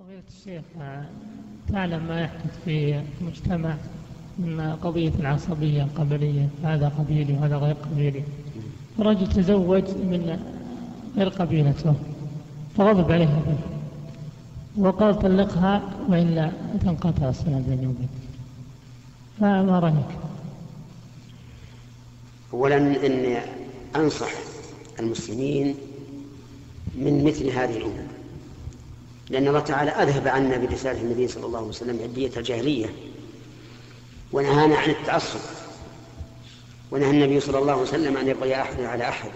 فضيلة الشيخ، تعلم ما يحدث في المجتمع من قضية العصبية القبلية، هذا قبيلي وهذا غير قبيلي. الرجل تزوج من غير قبيلته فغضب عليها به وقال طلقها وإلا تنقطع الصلة بيني وبينك، فما رأيك؟ أولا إني أنصح المسلمين من مثل هذه الأمور، لأن الله تعالى أذهب عنا برسالة النبي صلى الله عليه وسلم عدية الجاهلية ونهانا عن التعصب، ونهى النبي صلى الله عليه وسلم أن يبغي أحد على أحد،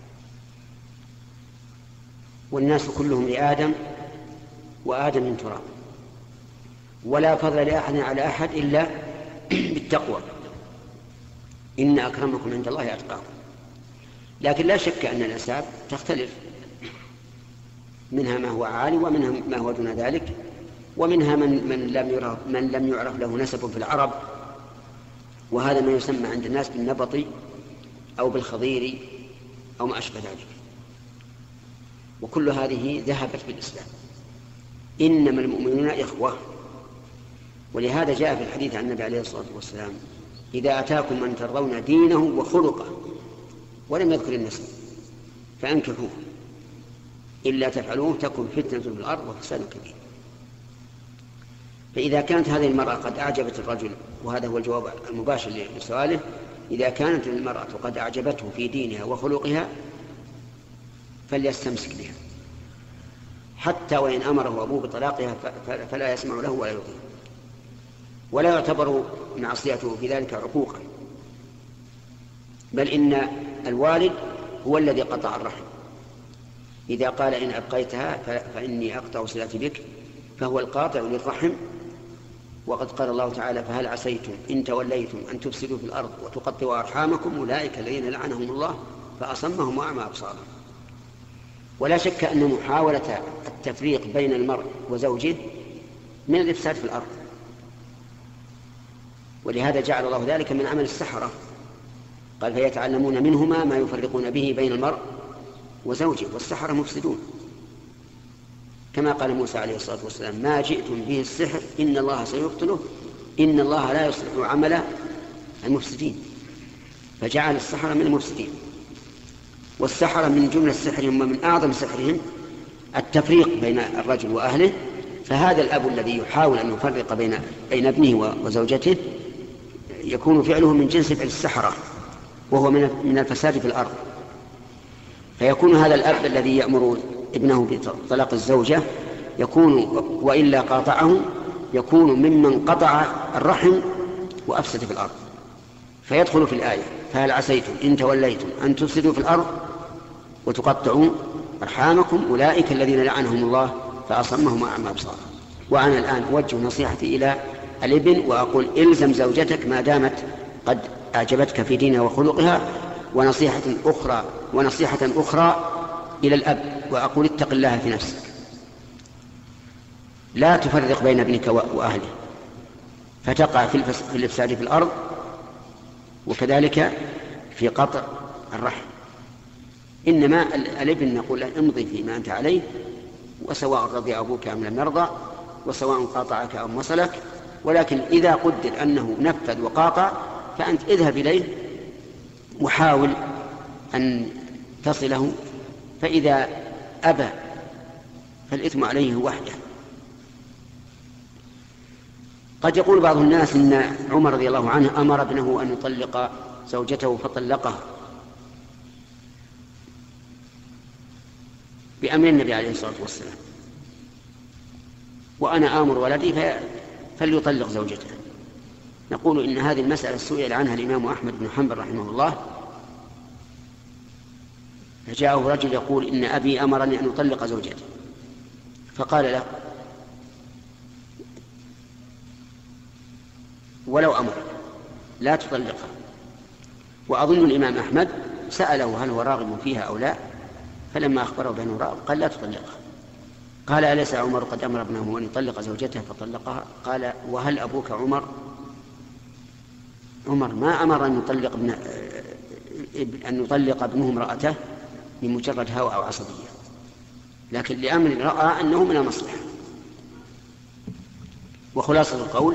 والناس كلهم لآدم وآدم من تراب، ولا فضل لأحد على أحد إلا بالتقوى، إن أكرمكم عند الله أتقاكم. لكن لا شك أن الأنساب تختلف، منها ما هو عالي ومنها ما هو دون ذلك، ومنها من لم يعرف له نسب في العرب، وهذا ما يسمى عند الناس بالنبطي أو بالخضيري أو ما أشبه ذلك، وكل هذه ذهبت بالإسلام. إنما المؤمنون إخوة، ولهذا جاء في الحديث عن النبي عليه الصلاة والسلام: إذا أتاكم من ترضون دينه وخلقه، ولم يذكر النسب، فأنكحوه، إلا تفعلوه تكن فتنة في الأرض وفساد كبير. فإذا كانت هذه المرأة قد أعجبت الرجل، وهذا هو الجواب المباشر لسؤاله، إذا كانت المرأة قد أعجبته في دينها وخلقها فليستمسك بها، حتى وإن أمره أبوه بطلاقها فلا يسمع له ولا يطيع، ولا يعتبر معصيته في ذلك عقوقا، بل إن الوالد هو الذي قطع الرحم. إذا قال إن أبقيتها فإني أقطع صلتي بك، فهو القاطع للرحم. وقد قال الله تعالى: فهل عسيتم إن توليتم أن تفسدوا في الأرض وتقطعوا أرحامكم أولئك الذين لعنهم الله فأصمهم وأعمى أبصارهم. ولا شك أن محاولة التفريق بين المرء وزوجه من الإفساد في الأرض، ولهذا جعل الله ذلك من عمل السحرة، قال: فيتعلمون منهما ما يفرقون به بين المرء وزوجه، والسحرة مفسدون، كما قال موسى عليه الصلاة والسلام: ما جئتم به السحر إن الله سيبطله إن الله لا يصلح عمل المفسدين. فجعل السحرة من المفسدين، والسحرة من جملة سحرهم ومن أعظم سحرهم التفريق بين الرجل وأهله. فهذا الأب الذي يحاول أن يفرق بين ابنه وزوجته يكون فعله من جنس فعل السحرة، وهو من الفساد في الأرض. فيكون هذا الأب الذي يأمر ابنه بطلاق الزوجة يكون وإلا قاطعه يكون ممن قطع الرحم وأفسد في الأرض، فيدخل في الآية: فهل عسيتم إن توليتم أن تفسدوا في الأرض وتقطعوا أرحامكم أولئك الذين لعنهم الله فأصمهم وأعمى أبصارهم. وأنا الآن أوجه نصيحتي إلى الابن وأقول: إلزم زوجتك ما دامت قد أعجبتك في دينها وخلقها. ونصيحة أخرى إلى الأب وأقول: اتق الله في نفسك، لا تفرق بين ابنك وأهله فتقع في الإفساد في الأرض، وكذلك في قطع الرحم. إنما الابن نقول له: امضي فيما أنت عليه، وسواء رضي أبوك أم لم يرضى، وسواء قاطعك أم وصلك، ولكن إذا قدر أنه نفذ وقاطع فأنت اذهب إليه وحاول أن تصله، فإذا أبى فالإثم عليه وحده. قد يقول بعض الناس إن عمر رضي الله عنه أمر ابنه أن يطلق زوجته فطلقها بأمر النبي عليه الصلاة والسلام، وأنا آمر ولدي فليطلق زوجته. نقول إن هذه المسألة سئل عنها الإمام أحمد بن حنبل رحمه الله، فجاءه رجل يقول: إن أبي أمرني أن يطلق زوجته، فقال له: ولو أمرك لا تطلقها. وأظن الإمام أحمد سأله هل هو راغب فيها أو لا، فلما أخبره بأنه راغب قال: لا تطلقها. قال: أليس عمر قد أمر ابنه أن يطلق زوجته فطلقها؟ قال: وهل أبوك عمر ما أمر أن يطلق ابنه امرأته لمجرد هوى أو عصبية، لكن لأمر رأى أنه من المصلحة. وخلاصة القول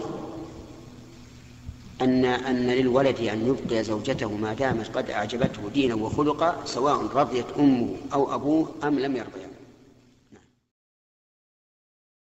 أن للولد أن يبقي زوجته ما دامت قد أعجبته دينا وخلقا، سواء رضيت أمه أو أبوه أم لم يرضيها.